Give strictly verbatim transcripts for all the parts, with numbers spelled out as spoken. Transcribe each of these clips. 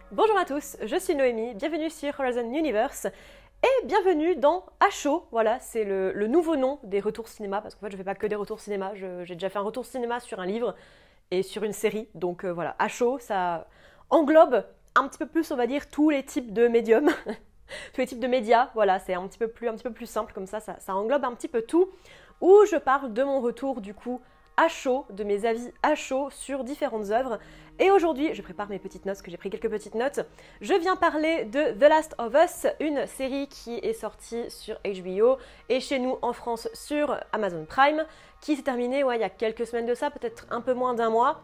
Bonjour à tous, je suis Noémie, bienvenue sur Horizon Universe et bienvenue dans H O. Voilà, c'est le, le nouveau nom des retours cinéma parce qu'en fait je ne fais pas que des retours cinéma, je- j'ai déjà fait un retour cinéma sur un livre et sur une série. Donc euh, voilà, H O, ça englobe un petit peu plus, on va dire, tous les types de médiums, tous les types de médias. Voilà, c'est un petit peu plus, un petit peu plus simple comme ça, ça, ça englobe un petit peu tout. Où je parle de mon retour du coup à chaud, de mes avis à chaud sur différentes œuvres. Et aujourd'hui, je prépare mes petites notes, parce que j'ai pris quelques petites notes. Je viens parler de The Last of Us, une série qui est sortie sur H B O et chez nous en France sur Amazon Prime, qui s'est terminée ouais, il y a quelques semaines de ça, peut-être un peu moins d'un mois.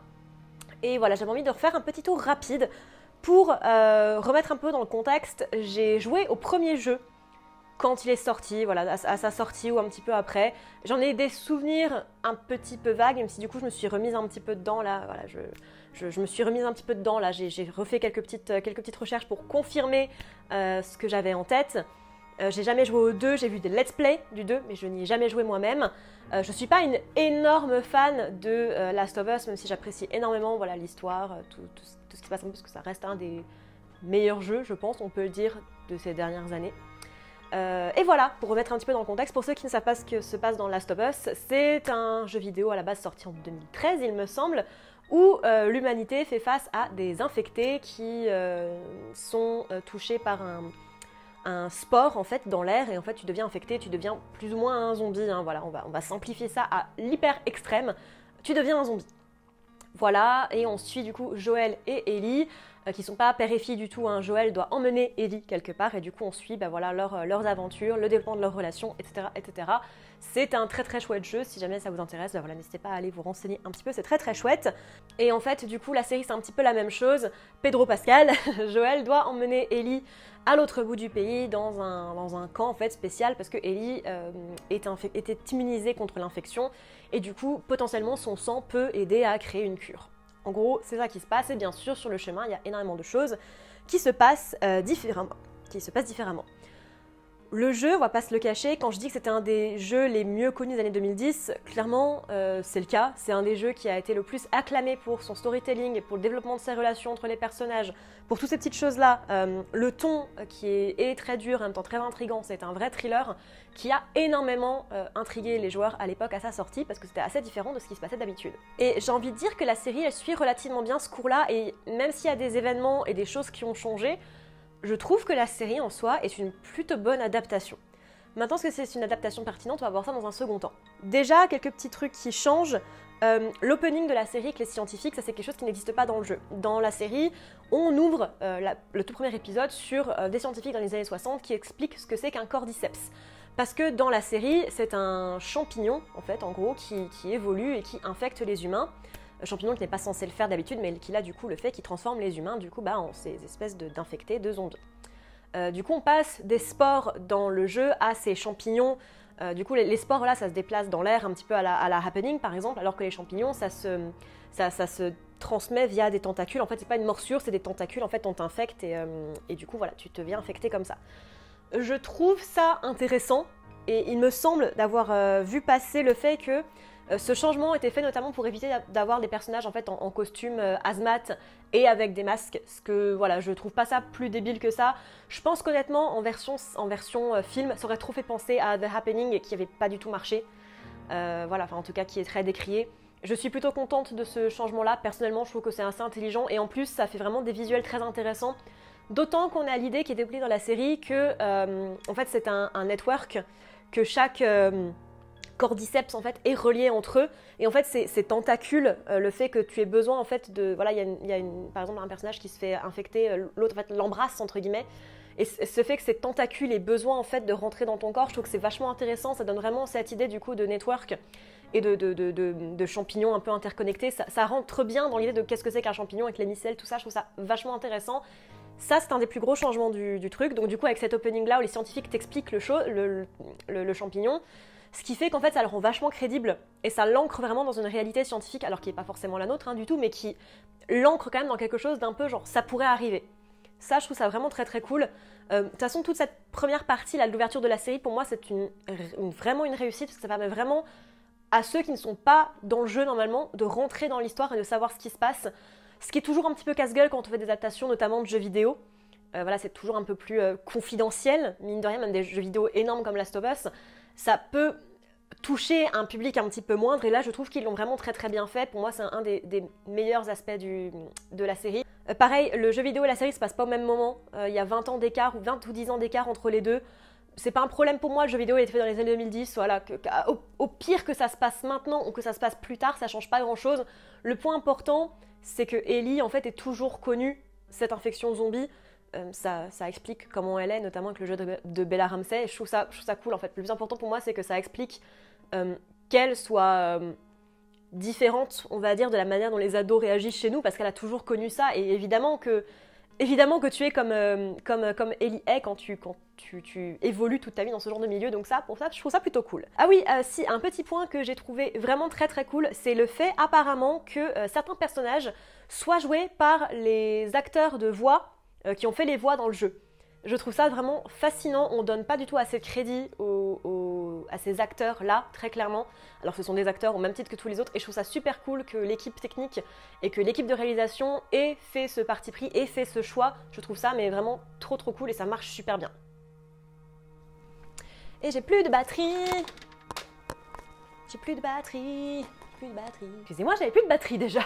Et voilà, j'avais envie de refaire un petit tour rapide pour euh, remettre un peu dans le contexte. J'ai joué au premier jeu quand il est sorti, voilà, à, à sa sortie ou un petit peu après. J'en ai des souvenirs un petit peu vagues, même si du coup je me suis remise un petit peu dedans là. Voilà, je, je, je me suis remise un petit peu dedans là. J'ai, j'ai refait quelques petites, quelques petites recherches pour confirmer euh, ce que j'avais en tête. Euh, j'ai jamais joué au deux, j'ai vu des let's play du deux, mais je n'y ai jamais joué moi-même. Euh, je suis pas une énorme fan de euh, Last of Us, même si j'apprécie énormément voilà, l'histoire, euh, tout, tout, tout ce qui se passe en plus, parce que ça reste un des meilleurs jeux, je pense, on peut le dire, de ces dernières années. Euh, et voilà, pour remettre un petit peu dans le contexte, pour ceux qui ne savent pas ce que se passe dans Last of Us, c'est un jeu vidéo à la base sorti en deux mille treize, il me semble, où euh, l'humanité fait face à des infectés qui euh, sont euh, touchés par un, un spore en fait dans l'air, et en fait tu deviens infecté, tu deviens plus ou moins un zombie, hein, voilà, on va, on va simplifier ça à l'hyper extrême, tu deviens un zombie. Voilà, et on suit du coup Joël et Ellie, euh, qui sont pas père et fille du tout, hein. Joël doit emmener Ellie quelque part, et du coup on suit bah, voilà, leur, euh, leurs aventures, le développement de leurs relations, et cetera, et cetera. C'est un très très chouette jeu, si jamais ça vous intéresse, bah, voilà, n'hésitez pas à aller vous renseigner un petit peu, c'est très très chouette. Et en fait, du coup, la série c'est un petit peu la même chose. Pedro Pascal, Joël doit emmener Ellie à l'autre bout du pays, dans un, dans un camp en fait spécial, parce que Ellie euh, est inf- était immunisée contre l'infection, et du coup, potentiellement, son sang peut aider à créer une cure. En gros, c'est ça qui se passe, et bien sûr, sur le chemin, il y a énormément de choses qui se passent euh, différemment. Qui se passent différemment. Le jeu, on va pas se le cacher, quand je dis que c'était un des jeux les mieux connus des années deux mille dix, clairement, euh, c'est le cas. C'est un des jeux qui a été le plus acclamé pour son storytelling, pour le développement de ses relations entre les personnages, pour toutes ces petites choses-là. Euh, le ton euh, qui est, est très dur, en même temps très intriguant, c'est un vrai thriller qui a énormément euh, intrigué les joueurs à l'époque à sa sortie, parce que c'était assez différent de ce qui se passait d'habitude. Et j'ai envie de dire que la série, elle suit relativement bien ce cours-là, et même s'il y a des événements et des choses qui ont changé, je trouve que la série en soi est une plutôt bonne adaptation. Maintenant, est-ce que c'est une adaptation pertinente? On va voir ça dans un second temps. Déjà, quelques petits trucs qui changent. Euh, L'opening de la série avec les scientifiques, ça c'est quelque chose qui n'existe pas dans le jeu. Dans la série, on ouvre euh, la, le tout premier épisode sur euh, des scientifiques dans les années soixante qui expliquent ce que c'est qu'un cordyceps. Parce que dans la série, c'est un champignon, en fait, en gros, qui, qui évolue et qui infecte les humains. Un champignon qui n'est pas censé le faire d'habitude, mais qui là du coup le fait, qui transforme les humains du coup bah, en ces espèces de, d'infectés, de zombies. Euh, du coup on passe des spores dans le jeu à ces champignons. Euh, du coup les, les spores là ça se déplace dans l'air un petit peu à la, à la happening par exemple, alors que les champignons ça se, ça, ça se transmet via des tentacules. En fait c'est pas une morsure, c'est des tentacules, en fait on t'infecte et, euh, et du coup voilà tu te viens infecter comme ça. Je trouve ça intéressant et il me semble d'avoir euh, vu passer le fait que Euh, ce changement était fait notamment pour éviter d'avoir des personnages en fait en, en costume euh, hazmat et avec des masques, ce que voilà, je trouve pas ça plus débile que ça. Je pense qu'honnêtement en version, en version euh, film, ça aurait trop fait penser à The Happening qui avait pas du tout marché. Euh, voilà, enfin en tout cas qui est très décrié. Je suis plutôt contente de ce changement-là. Personnellement, je trouve que c'est assez intelligent et en plus ça fait vraiment des visuels très intéressants. D'autant qu'on a l'idée qui est développée dans la série que euh, en fait c'est un, un network, que chaque euh, cordyceps en fait est relié entre eux, et en fait ces, ces tentacules, euh, le fait que tu aies besoin en fait de voilà, il y a, une, y a une, par exemple un personnage qui se fait infecter, euh, l'autre en fait l'embrasse entre guillemets, et ce fait que ces tentacules aient besoin en fait de rentrer dans ton corps, je trouve que c'est vachement intéressant. Ça donne vraiment cette idée du coup de network et de, de, de, de, de champignons un peu interconnectés. Ça, ça rentre bien dans l'idée de qu'est-ce que c'est qu'un champignon avec les micelles, tout ça, je trouve ça vachement intéressant. Ça, c'est un des plus gros changements du, du truc. Donc du coup, avec cet opening-là où les scientifiques t'expliquent le, show, le, le, le champignon, ce qui fait qu'en fait, ça le rend vachement crédible et ça l'ancre vraiment dans une réalité scientifique, alors qui n'est pas forcément la nôtre hein, du tout, mais qui l'ancre quand même dans quelque chose d'un peu genre ça pourrait arriver. Ça, je trouve ça vraiment très très cool. Euh, de toute façon, toute cette première partie là, de l'ouverture de la série, pour moi, c'est une, une, vraiment une réussite, parce que ça permet vraiment à ceux qui ne sont pas dans le jeu normalement de rentrer dans l'histoire et de savoir ce qui se passe. Ce qui est toujours un petit peu casse-gueule quand on fait des adaptations, notamment de jeux vidéo. Euh, voilà, c'est toujours un peu plus euh, confidentiel, mine de rien, même des jeux vidéo énormes comme Last of Us. Ça peut toucher un public un petit peu moindre, et là je trouve qu'ils l'ont vraiment très très bien fait. Pour moi c'est un des, des meilleurs aspects du, de la série. Euh, pareil, le jeu vidéo et la série se passent pas au même moment, euh, il y a vingt ans d'écart ou vingt ou dix ans d'écart entre les deux. C'est pas un problème pour moi, le jeu vidéo il a été fait dans les années deux mille dix, voilà, que, que, au, au pire que ça se passe maintenant ou que ça se passe plus tard, ça change pas grand chose. Le point important, c'est que Ellie en fait est toujours connue, cette infection zombie. Euh, ça, ça explique comment elle est, notamment avec le jeu de, de Bella Ramsey, et je trouve, ça, je trouve ça cool en fait. Le plus important pour moi, c'est que ça explique euh, qu'elle soit euh, différente, on va dire, de la manière dont les ados réagissent chez nous, parce qu'elle a toujours connu ça, et évidemment que, évidemment que tu es comme, euh, comme, comme Ellie est quand, tu, quand tu, tu évolues toute ta vie dans ce genre de milieu, donc ça, pour ça, je trouve ça plutôt cool. Ah oui, euh, si, un petit point que j'ai trouvé vraiment très très cool, c'est le fait apparemment que euh, certains personnages soient joués par les acteurs de voix qui ont fait les voix dans le jeu. Je trouve ça vraiment fascinant, on donne pas du tout assez de crédit aux, aux, à ces acteurs-là, très clairement. Alors ce sont des acteurs au même titre que tous les autres, et je trouve ça super cool que l'équipe technique et que l'équipe de réalisation ait fait ce parti pris, ait fait ce choix. Je trouve ça mais vraiment trop trop cool et ça marche super bien. Et j'ai plus de batterie. J'ai plus de batterie. Plus de batterie. Excusez-moi, j'avais plus de batterie déjà.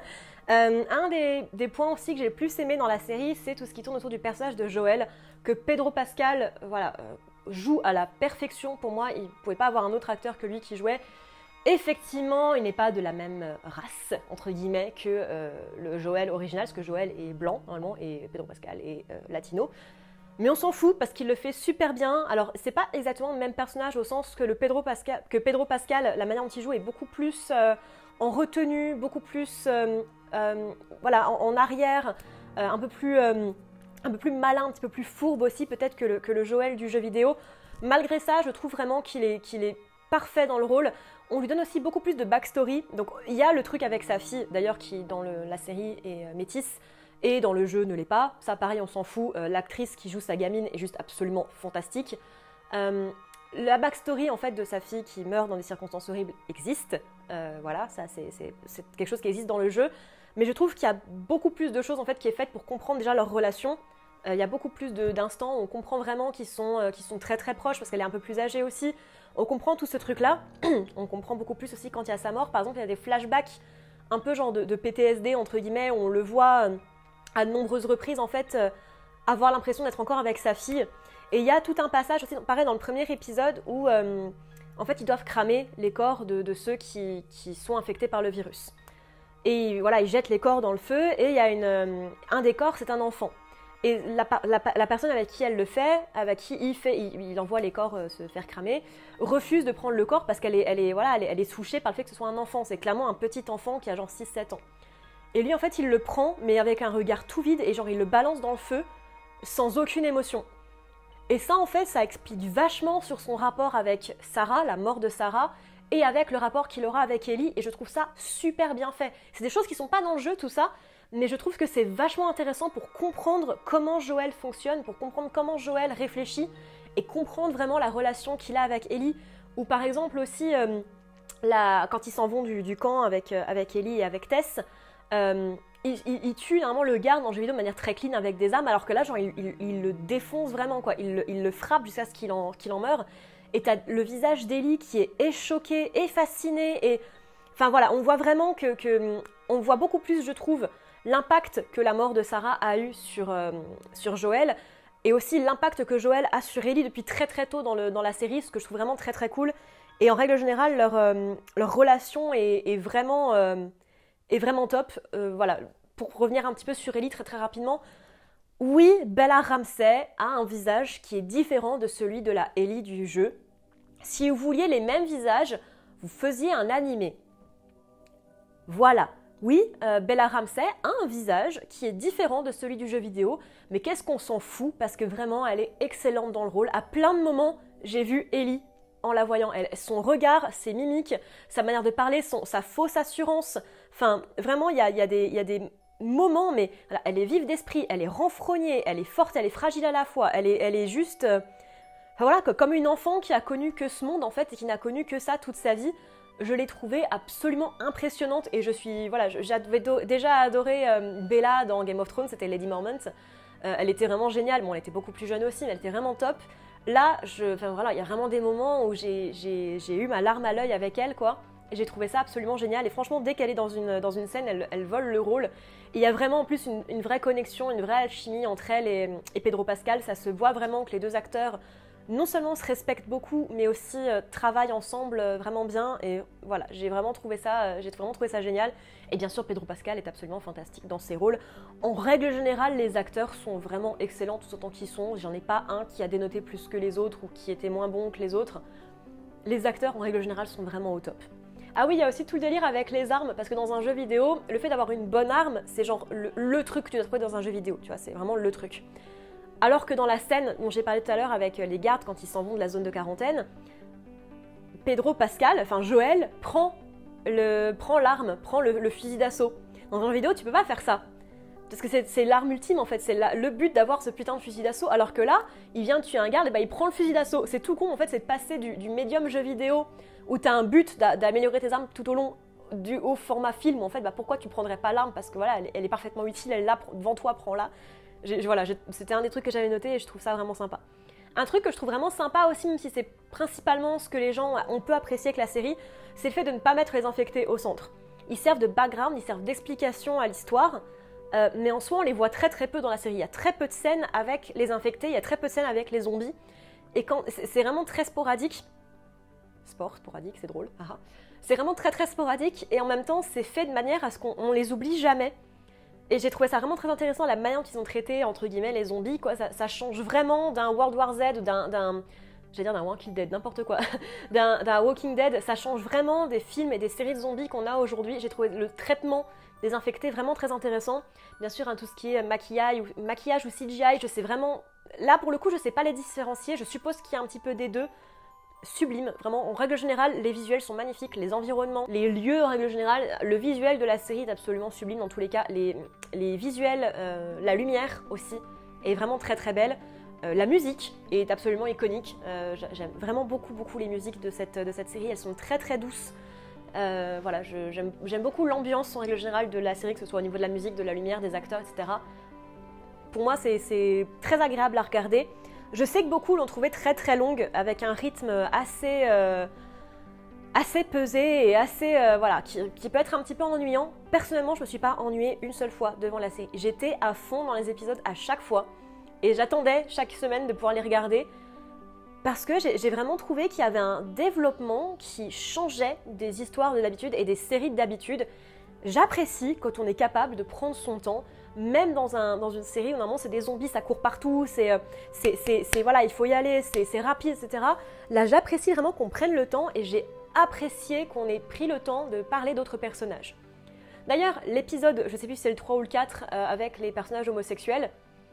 Euh, un des, des points aussi que j'ai le plus aimé dans la série, c'est tout ce qui tourne autour du personnage de Joël, que Pedro Pascal voilà, euh, joue à la perfection. Pour moi, il ne pouvait pas avoir un autre acteur que lui qui jouait. Effectivement, il n'est pas de la même race, entre guillemets, que euh, le Joël original, parce que Joël est blanc, normalement, et Pedro Pascal est euh, latino. Mais on s'en fout, parce qu'il le fait super bien. Alors, c'est pas exactement le même personnage, au sens que, le Pedro, Pascal, que Pedro Pascal, la manière dont il joue est beaucoup plus euh, en retenue, beaucoup plus... Euh, Euh, voilà, en, en arrière, euh, un peu plus, euh, un peu plus malin, un petit peu plus fourbe aussi peut-être que le, que le Joël du jeu vidéo. Malgré ça, je trouve vraiment qu'il est, qu'il est parfait dans le rôle. On lui donne aussi beaucoup plus de backstory. Donc il y a le truc avec sa fille, d'ailleurs, qui dans le, la série est euh, métisse, et dans le jeu ne l'est pas. Ça pareil, on s'en fout. Euh, l'actrice qui joue sa gamine est juste absolument fantastique. Euh, La backstory en fait de sa fille qui meurt dans des circonstances horribles existe, euh, voilà, ça c'est, c'est, c'est quelque chose qui existe dans le jeu, mais je trouve qu'il y a beaucoup plus de choses en fait qui est faite pour comprendre déjà leur relation. Euh, il y a beaucoup plus de, d'instants où on comprend vraiment qu'ils sont, euh, qu'ils sont très très proches parce qu'elle est un peu plus âgée aussi. On comprend tout ce truc-là, on comprend beaucoup plus aussi quand il y a sa mort. Par exemple, il y a des flashbacks un peu genre de, de P T S D entre guillemets où on le voit euh, à de nombreuses reprises en fait euh, avoir l'impression d'être encore avec sa fille. Et il y a tout un passage aussi, pareil dans le premier épisode, où euh, en fait ils doivent cramer les corps de, de ceux qui, qui sont infectés par le virus. Et voilà, ils jettent les corps dans le feu, et il y a une, euh, un des corps, c'est un enfant. Et la, la, la personne avec qui elle le fait, avec qui il, fait, il, il envoie les corps euh, se faire cramer, refuse de prendre le corps parce qu'elle est, elle est, voilà, elle est, elle est touchée par le fait que ce soit un enfant. C'est clairement un petit enfant qui a genre six sept ans. Et lui en fait il le prend, mais avec un regard tout vide, et genre il le balance dans le feu, sans aucune émotion. Et ça, en fait, ça explique vachement sur son rapport avec Sarah, la mort de Sarah, et avec le rapport qu'il aura avec Ellie, et je trouve ça super bien fait. C'est des choses qui sont pas dans le jeu, tout ça, mais je trouve que c'est vachement intéressant pour comprendre comment Joël fonctionne, pour comprendre comment Joël réfléchit, et comprendre vraiment la relation qu'il a avec Ellie, ou par exemple aussi, euh, la, quand ils s'en vont du, du camp avec, euh, avec Ellie et avec Tess, euh, Il, il, il tue normalement le garde dans le jeu vidéo de manière très clean avec des armes, alors que là, genre, il, il, il le défonce vraiment, quoi. Il, il le frappe jusqu'à ce qu'il en, qu'il en meure. Et t'as le visage d'Ellie qui est échoqué et fasciné. Et... Enfin voilà, on voit vraiment que, que... On voit beaucoup plus, je trouve, l'impact que la mort de Sarah a eu sur, euh, sur Joël. Et aussi l'impact que Joël a sur Ellie depuis très très tôt dans, le, dans la série, ce que je trouve vraiment très très cool. Et en règle générale, leur, euh, leur relation est, est vraiment... Euh, est vraiment top. Euh, voilà, pour revenir un petit peu sur Ellie très très rapidement, oui, Bella Ramsey a un visage qui est différent de celui de la Ellie du jeu. Si vous vouliez les mêmes visages, vous faisiez un animé. Voilà. Oui, euh, Bella Ramsey a un visage qui est différent de celui du jeu vidéo, mais qu'est-ce qu'on s'en fout parce que vraiment elle est excellente dans le rôle. À plein de moments, j'ai vu Ellie en la voyant, elle, son regard, ses mimiques, sa manière de parler, son, sa fausse assurance. Enfin, vraiment, il y a, y a des, y a des moments, mais voilà, elle est vive d'esprit, elle est renfrognée, elle est forte, elle est fragile à la fois. Elle est, elle est juste, euh, enfin, voilà, comme une enfant qui a connu que ce monde en fait et qui n'a connu que ça toute sa vie. je l'ai trouvée absolument impressionnante et je suis, voilà, j'avais déjà adoré euh, Bella dans Game of Thrones, c'était Lady Mormont. Euh, elle était vraiment géniale, bon elle était beaucoup plus jeune aussi, mais elle était vraiment top. Là, je, enfin voilà, il y a vraiment des moments où j'ai eu ma larme à l'œil avec elle, quoi. Et j'ai trouvé ça absolument génial. Et franchement, dès qu'elle est dans une, dans une scène, elle, elle vole le rôle. Et il y a vraiment en plus une, une vraie connexion, une vraie alchimie entre elle et, et Pedro Pascal. Ça se voit vraiment que les deux acteurs, non seulement se respectent beaucoup, mais aussi euh, travaillent ensemble euh, vraiment bien. Et voilà, j'ai vraiment trouvé ça, euh, j'ai vraiment trouvé ça génial. Et bien sûr, Pedro Pascal est absolument fantastique dans ses rôles. En règle générale, les acteurs sont vraiment excellents tout autant qu'ils sont. J'en ai pas un qui a dénoté plus que les autres ou qui était moins bon que les autres. Les acteurs, en règle générale, sont vraiment au top. Ah oui, il y a aussi tout le délire avec les armes, parce que dans un jeu vidéo, le fait d'avoir une bonne arme, c'est genre le, le truc que tu dois trouver dans un jeu vidéo, tu vois, c'est vraiment le truc. Alors que dans la scène dont j'ai parlé tout à l'heure avec les gardes quand ils s'en vont de la zone de quarantaine, Pedro Pascal, enfin Joël, prend le, prend l'arme, prend le, le fusil d'assaut. Dans un jeu vidéo, tu peux pas faire ça. Parce que c'est l'arme ultime en fait, c'est le but d'avoir ce putain de fusil d'assaut, alors que là, il vient tuer un garde et bah il prend le fusil d'assaut. C'est tout con en fait, c'est de passer du, du médium jeu vidéo où tu as un but d'améliorer tes armes tout au long du haut format film. En fait, bah pourquoi tu prendrais pas l'arme? Parce que voilà, elle, elle est parfaitement utile, elle est là devant toi, prends-la. Voilà, c'était un des trucs que j'avais noté et je trouve ça vraiment sympa. Un truc que je trouve vraiment sympa aussi, même si c'est principalement ce que les gens ont peu apprécié avec la série, c'est le fait de ne pas mettre les infectés au centre. Ils servent de background, ils servent d'explication à l'histoire. Euh, mais en soi, on les voit très très peu dans la série. Il y a très peu de scènes avec les infectés, il y a très peu de scènes avec les zombies. Et quand c'est vraiment très sporadique. Sport, sporadique, c'est drôle. Ah. C'est vraiment très très sporadique et en même temps, c'est fait de manière à ce qu'on les oublie jamais. Et j'ai trouvé ça vraiment très intéressant, la manière dont ils ont traité, entre guillemets, les zombies. Quoi. Ça, ça change vraiment d'un World War Z, d'un... J'allais dire d'un Walking Dead, n'importe quoi. d'un Walking Dead, ça change vraiment des films et des séries de zombies qu'on a aujourd'hui. J'ai trouvé le traitement des infectés vraiment très intéressant. Bien sûr, hein, tout ce qui est maquillage ou, maquillage ou C G I, je sais vraiment... Là, pour le coup, je sais pas les différencier. Je suppose qu'il y a un petit peu des deux. Sublime, vraiment, en règle générale, les visuels sont magnifiques, les environnements, les lieux en règle générale, le visuel de la série est absolument sublime dans tous les cas, les, les visuels, euh, la lumière aussi est vraiment très très belle, euh, la musique est absolument iconique, euh, j'aime vraiment beaucoup beaucoup les musiques de cette, de cette série, elles sont très très douces, euh, voilà, j'aime beaucoup l'ambiance en règle générale de la série, que ce soit au niveau de la musique, de la lumière, des acteurs, et cetera. Pour moi, c'est très agréable à regarder. Je sais que beaucoup l'ont trouvée très très longue, avec un rythme assez, euh, assez pesé et assez, euh, voilà, qui, qui peut être un petit peu ennuyant. Personnellement, je me suis pas ennuyée une seule fois devant la série. J'étais à fond dans les épisodes à chaque fois et j'attendais chaque semaine de pouvoir les regarder parce que j'ai vraiment trouvé qu'il y avait un développement qui changeait des histoires de d'habitude et des séries d'habitude. J'apprécie quand on est capable de prendre son temps, même dans, un, dans une série où normalement c'est des zombies, ça court partout, c'est, c'est, voilà, il faut y aller, c'est rapide, et cetera. Là, j'apprécie vraiment qu'on prenne le temps et j'ai apprécié qu'on ait pris le temps de parler d'autres personnages. D'ailleurs, l'épisode, je sais plus si c'est le trois ou le quatre, euh, avec les personnages homosexuels,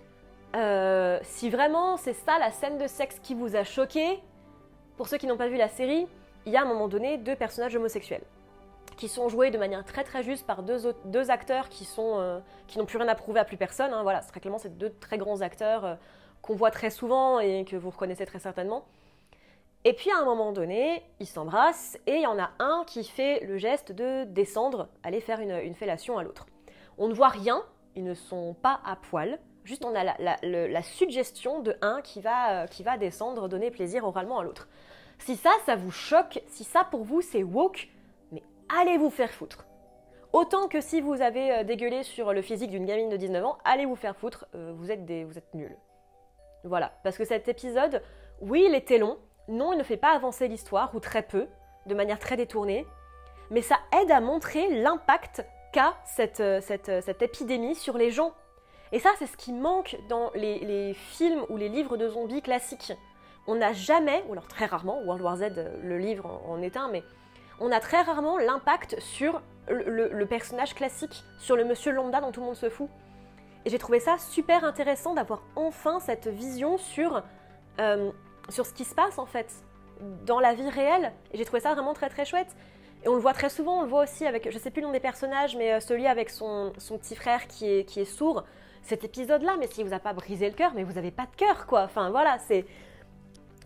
euh, si vraiment c'est ça la scène de sexe qui vous a choqué, pour ceux qui n'ont pas vu la série, il y a à un moment donné deux personnages homosexuels qui sont joués de manière très très juste par deux, autres, deux acteurs qui sont euh, qui n'ont plus rien à prouver à plus personne. Hein, voilà, très clairement, c'est deux très grands acteurs euh, qu'on voit très souvent et que vous reconnaissez très certainement. Et puis à un moment donné, ils s'embrassent et il y en a un qui fait le geste de descendre, aller faire une, une fellation à l'autre. On ne voit rien, ils ne sont pas à poil, juste on a la, la, la, la suggestion de un qui va, euh, qui va descendre, donner plaisir oralement à l'autre. Si ça, ça vous choque, si ça pour vous c'est woke, allez vous faire foutre. Autant que si vous avez euh, dégueulé sur le physique d'une gamine de dix-neuf ans, allez vous faire foutre, euh, vous êtes des, vous êtes nuls. Voilà, parce que cet épisode, oui, il était long, non, il ne fait pas avancer l'histoire, ou très peu, de manière très détournée, mais ça aide à montrer l'impact qu'a cette, euh, cette, euh, cette épidémie sur les gens. Et ça, c'est ce qui manque dans les, les films ou les livres de zombies classiques. On n'a jamais, ou alors très rarement, World War Z, le livre en, en est un, mais on a très rarement l'impact sur le, le, le personnage classique, sur le monsieur lambda dont tout le monde se fout. Et j'ai trouvé ça super intéressant d'avoir enfin cette vision sur, euh, sur ce qui se passe en fait, dans la vie réelle. Et j'ai trouvé ça vraiment très très chouette. Et on le voit très souvent, on le voit aussi avec, je sais plus le nom des personnages, mais celui avec son, son petit frère qui est, qui est sourd. Cet épisode-là, mais s'il vous a pas brisé le cœur, mais vous avez pas de cœur quoi. Enfin voilà, c'est...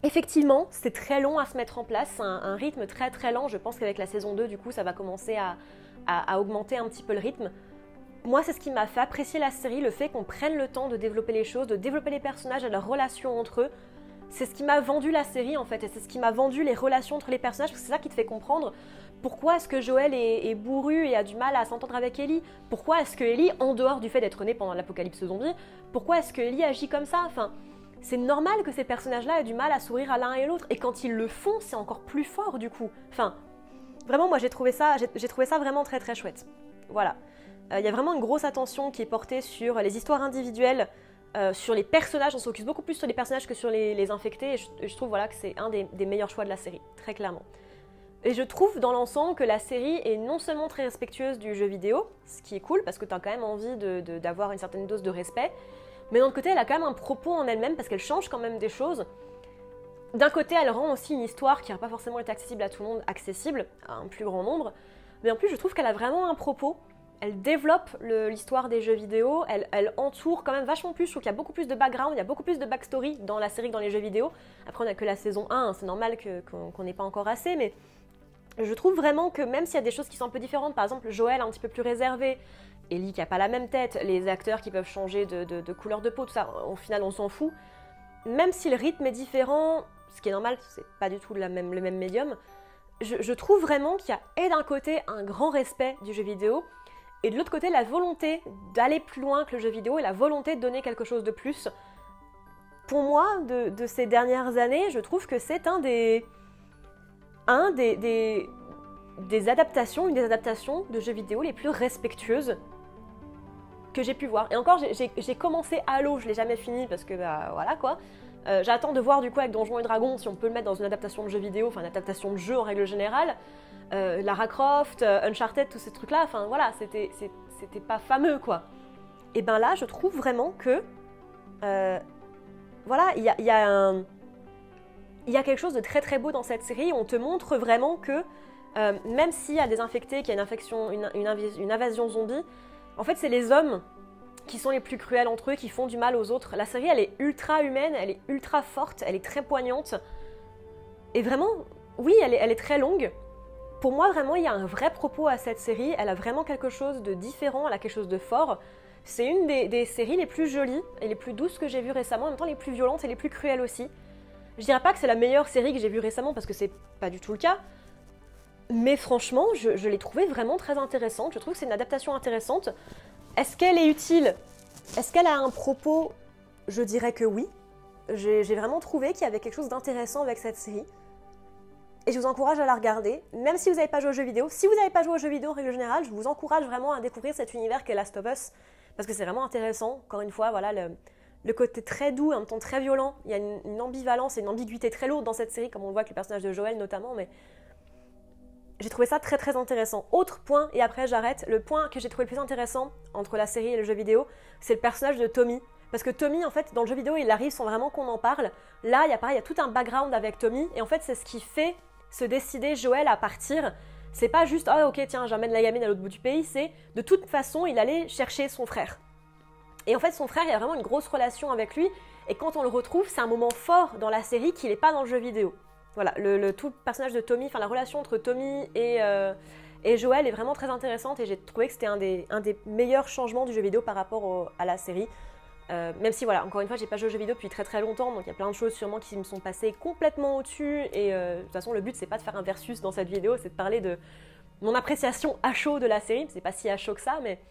Effectivement, c'est très long à se mettre en place, un, un rythme très très lent. Je pense qu'avec la saison deux, du coup, ça va commencer à, à, à augmenter un petit peu le rythme. Moi, c'est ce qui m'a fait apprécier la série, le fait qu'on prenne le temps de développer les choses, de développer les personnages et leurs relations entre eux. C'est ce qui m'a vendu la série en fait, et c'est ce qui m'a vendu les relations entre les personnages, parce que c'est ça qui te fait comprendre pourquoi est-ce que Joel est, est bourru et a du mal à s'entendre avec Ellie. Pourquoi est-ce que Ellie, en dehors du fait d'être née pendant l'apocalypse zombie, pourquoi est-ce que Ellie agit comme ça? Enfin, c'est normal que ces personnages-là aient du mal à sourire à l'un et l'autre, et quand ils le font, c'est encore plus fort du coup. Enfin, vraiment, moi j'ai trouvé ça, j'ai, j'ai trouvé ça vraiment très très chouette. Voilà. Il euh, y a vraiment une grosse attention qui est portée sur les histoires individuelles, euh, sur les personnages. On se focus beaucoup plus sur les personnages que sur les, les infectés, et je, et je trouve voilà, que c'est un des, des meilleurs choix de la série, très clairement. Et je trouve dans l'ensemble que la série est non seulement très respectueuse du jeu vidéo, ce qui est cool parce que tu as quand même envie de, de, d'avoir une certaine dose de respect, mais d'un autre côté elle a quand même un propos en elle-même parce qu'elle change quand même des choses. D'un côté elle rend aussi une histoire qui n'a pas forcément été accessible à tout le monde, accessible à un plus grand nombre, mais en plus je trouve qu'elle a vraiment un propos. Elle développe le, l'histoire des jeux vidéo, elle, elle entoure quand même vachement plus, je trouve qu'il y a beaucoup plus de background, il y a beaucoup plus de backstory dans la série que dans les jeux vidéo. Après on n'a que la saison un, hein, c'est normal que, qu'on, qu'on n'ait pas encore assez, mais je trouve vraiment que même s'il y a des choses qui sont un peu différentes, par exemple Joel un petit peu plus réservé, Ellie qui n'a pas la même tête, les acteurs qui peuvent changer de, de, de couleur de peau, tout ça, au final on s'en fout. Même si le rythme est différent, ce qui est normal, c'est pas du tout la même, le même médium, je, je trouve vraiment qu'il y a et d'un côté un grand respect du jeu vidéo, et de l'autre côté la volonté d'aller plus loin que le jeu vidéo et la volonté de donner quelque chose de plus. Pour moi, de, de ces dernières années, je trouve que c'est un des... un des, des, des adaptations, une des adaptations de jeux vidéo les plus respectueuses que j'ai pu voir. Et encore, j'ai, j'ai, j'ai commencé Halo, je l'ai jamais fini parce que bah voilà quoi. Euh, j'attends de voir du coup avec Donjons et Dragons si on peut le mettre dans une adaptation de jeu vidéo, enfin une adaptation de jeu en règle générale. Euh, Lara Croft, euh, Uncharted, tous ces trucs-là, enfin voilà, c'était, c'était pas fameux quoi. Et ben là, je trouve vraiment que euh, voilà, il y a, y a un... Il y a quelque chose de très très beau dans cette série, on te montre vraiment que euh, même s'il y a des infectés, qu'il y a une infection, une, une, inv- une invasion zombie, en fait c'est les hommes qui sont les plus cruels entre eux, qui font du mal aux autres. La série elle est ultra humaine, elle est ultra forte, elle est très poignante. Et vraiment, oui, elle est, elle est très longue. Pour moi vraiment il y a un vrai propos à cette série, elle a vraiment quelque chose de différent, elle a quelque chose de fort. C'est une des, des séries les plus jolies et les plus douces que j'ai vues récemment, en même temps les plus violentes et les plus cruelles aussi. Je dirais pas que c'est la meilleure série que j'ai vue récemment parce que c'est pas du tout le cas, mais franchement, je, je l'ai trouvée vraiment très intéressante. Je trouve que c'est une adaptation intéressante. Est-ce qu'elle est utile? Est-ce qu'elle a un propos? Je dirais que oui. J'ai, j'ai vraiment trouvé qu'il y avait quelque chose d'intéressant avec cette série. Et je vous encourage à la regarder, même si vous n'avez pas joué aux jeux vidéo. Si vous n'avez pas joué aux jeux vidéo en règle générale, je vous encourage vraiment à découvrir cet univers qu'est Last of Us, parce que c'est vraiment intéressant. Encore une fois, voilà, le... le côté très doux, en même temps très violent, il y a une, une ambivalence et une ambiguïté très lourde dans cette série, comme on le voit avec le personnage de Joel notamment, mais j'ai trouvé ça très très intéressant. Autre point, et après j'arrête, le point que j'ai trouvé le plus intéressant entre la série et le jeu vidéo, c'est le personnage de Tommy. Parce que Tommy, en fait, dans le jeu vidéo, il arrive sans vraiment qu'on en parle. Là, il y a pareil, il y a tout un background avec Tommy, et en fait, c'est ce qui fait se décider Joel à partir. C'est pas juste, ah ok, tiens, j'emmène la gamine à l'autre bout du pays, c'est de toute façon, il allait chercher son frère. Et en fait, son frère, il y a vraiment une grosse relation avec lui. Et quand on le retrouve, c'est un moment fort dans la série qui n'est pas dans le jeu vidéo. Voilà, le, le, tout le personnage de Tommy, enfin la relation entre Tommy et, euh, et Joel est vraiment très intéressante. Et j'ai trouvé que c'était un des, un des meilleurs changements du jeu vidéo par rapport au, à la série. Euh, même si, voilà, encore une fois, j'ai pas joué aux jeux vidéo depuis très très longtemps. Donc il y a plein de choses sûrement qui me sont passées complètement au-dessus. Et euh, de toute façon, le but, c'est pas de faire un versus dans cette vidéo, c'est de parler de mon appréciation à chaud de la série. C'est pas si à chaud que ça, mais...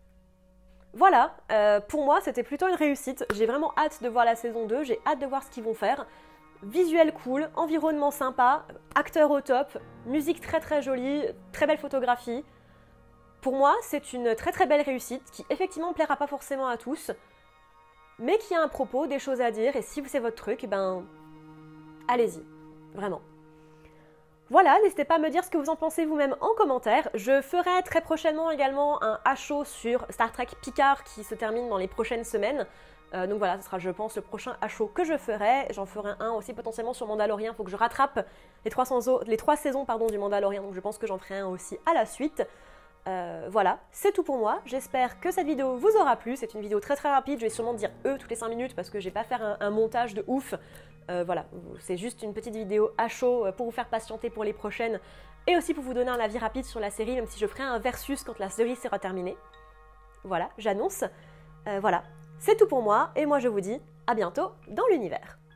Voilà, euh, pour moi c'était plutôt une réussite, j'ai vraiment hâte de voir la saison deux, j'ai hâte de voir ce qu'ils vont faire. Visuel cool, environnement sympa, acteur au top, musique très très jolie, très belle photographie. Pour moi c'est une très très belle réussite qui effectivement ne plaira pas forcément à tous, mais qui a un propos, des choses à dire, et si c'est votre truc, ben allez-y, vraiment. Voilà, n'hésitez pas à me dire ce que vous en pensez vous-même en commentaire. Je ferai très prochainement également un H O sur Star Trek Picard qui se termine dans les prochaines semaines. Euh, donc voilà, ce sera je pense le prochain H O que je ferai. J'en ferai un aussi potentiellement sur Mandalorian, il faut que je rattrape les trois, les trois saisons pardon, du Mandalorian, donc je pense que j'en ferai un aussi à la suite. Euh, voilà, c'est tout pour moi. J'espère que cette vidéo vous aura plu. C'est une vidéo très très rapide. Je vais sûrement dire eux toutes les cinq minutes parce que je vais pas faire un, un montage de ouf. Euh, voilà, c'est juste une petite vidéo à chaud pour vous faire patienter pour les prochaines et aussi pour vous donner un avis rapide sur la série, même si je ferai un versus quand la série sera terminée. Voilà, j'annonce. Euh, voilà, c'est tout pour moi et moi je vous dis à bientôt dans l'univers.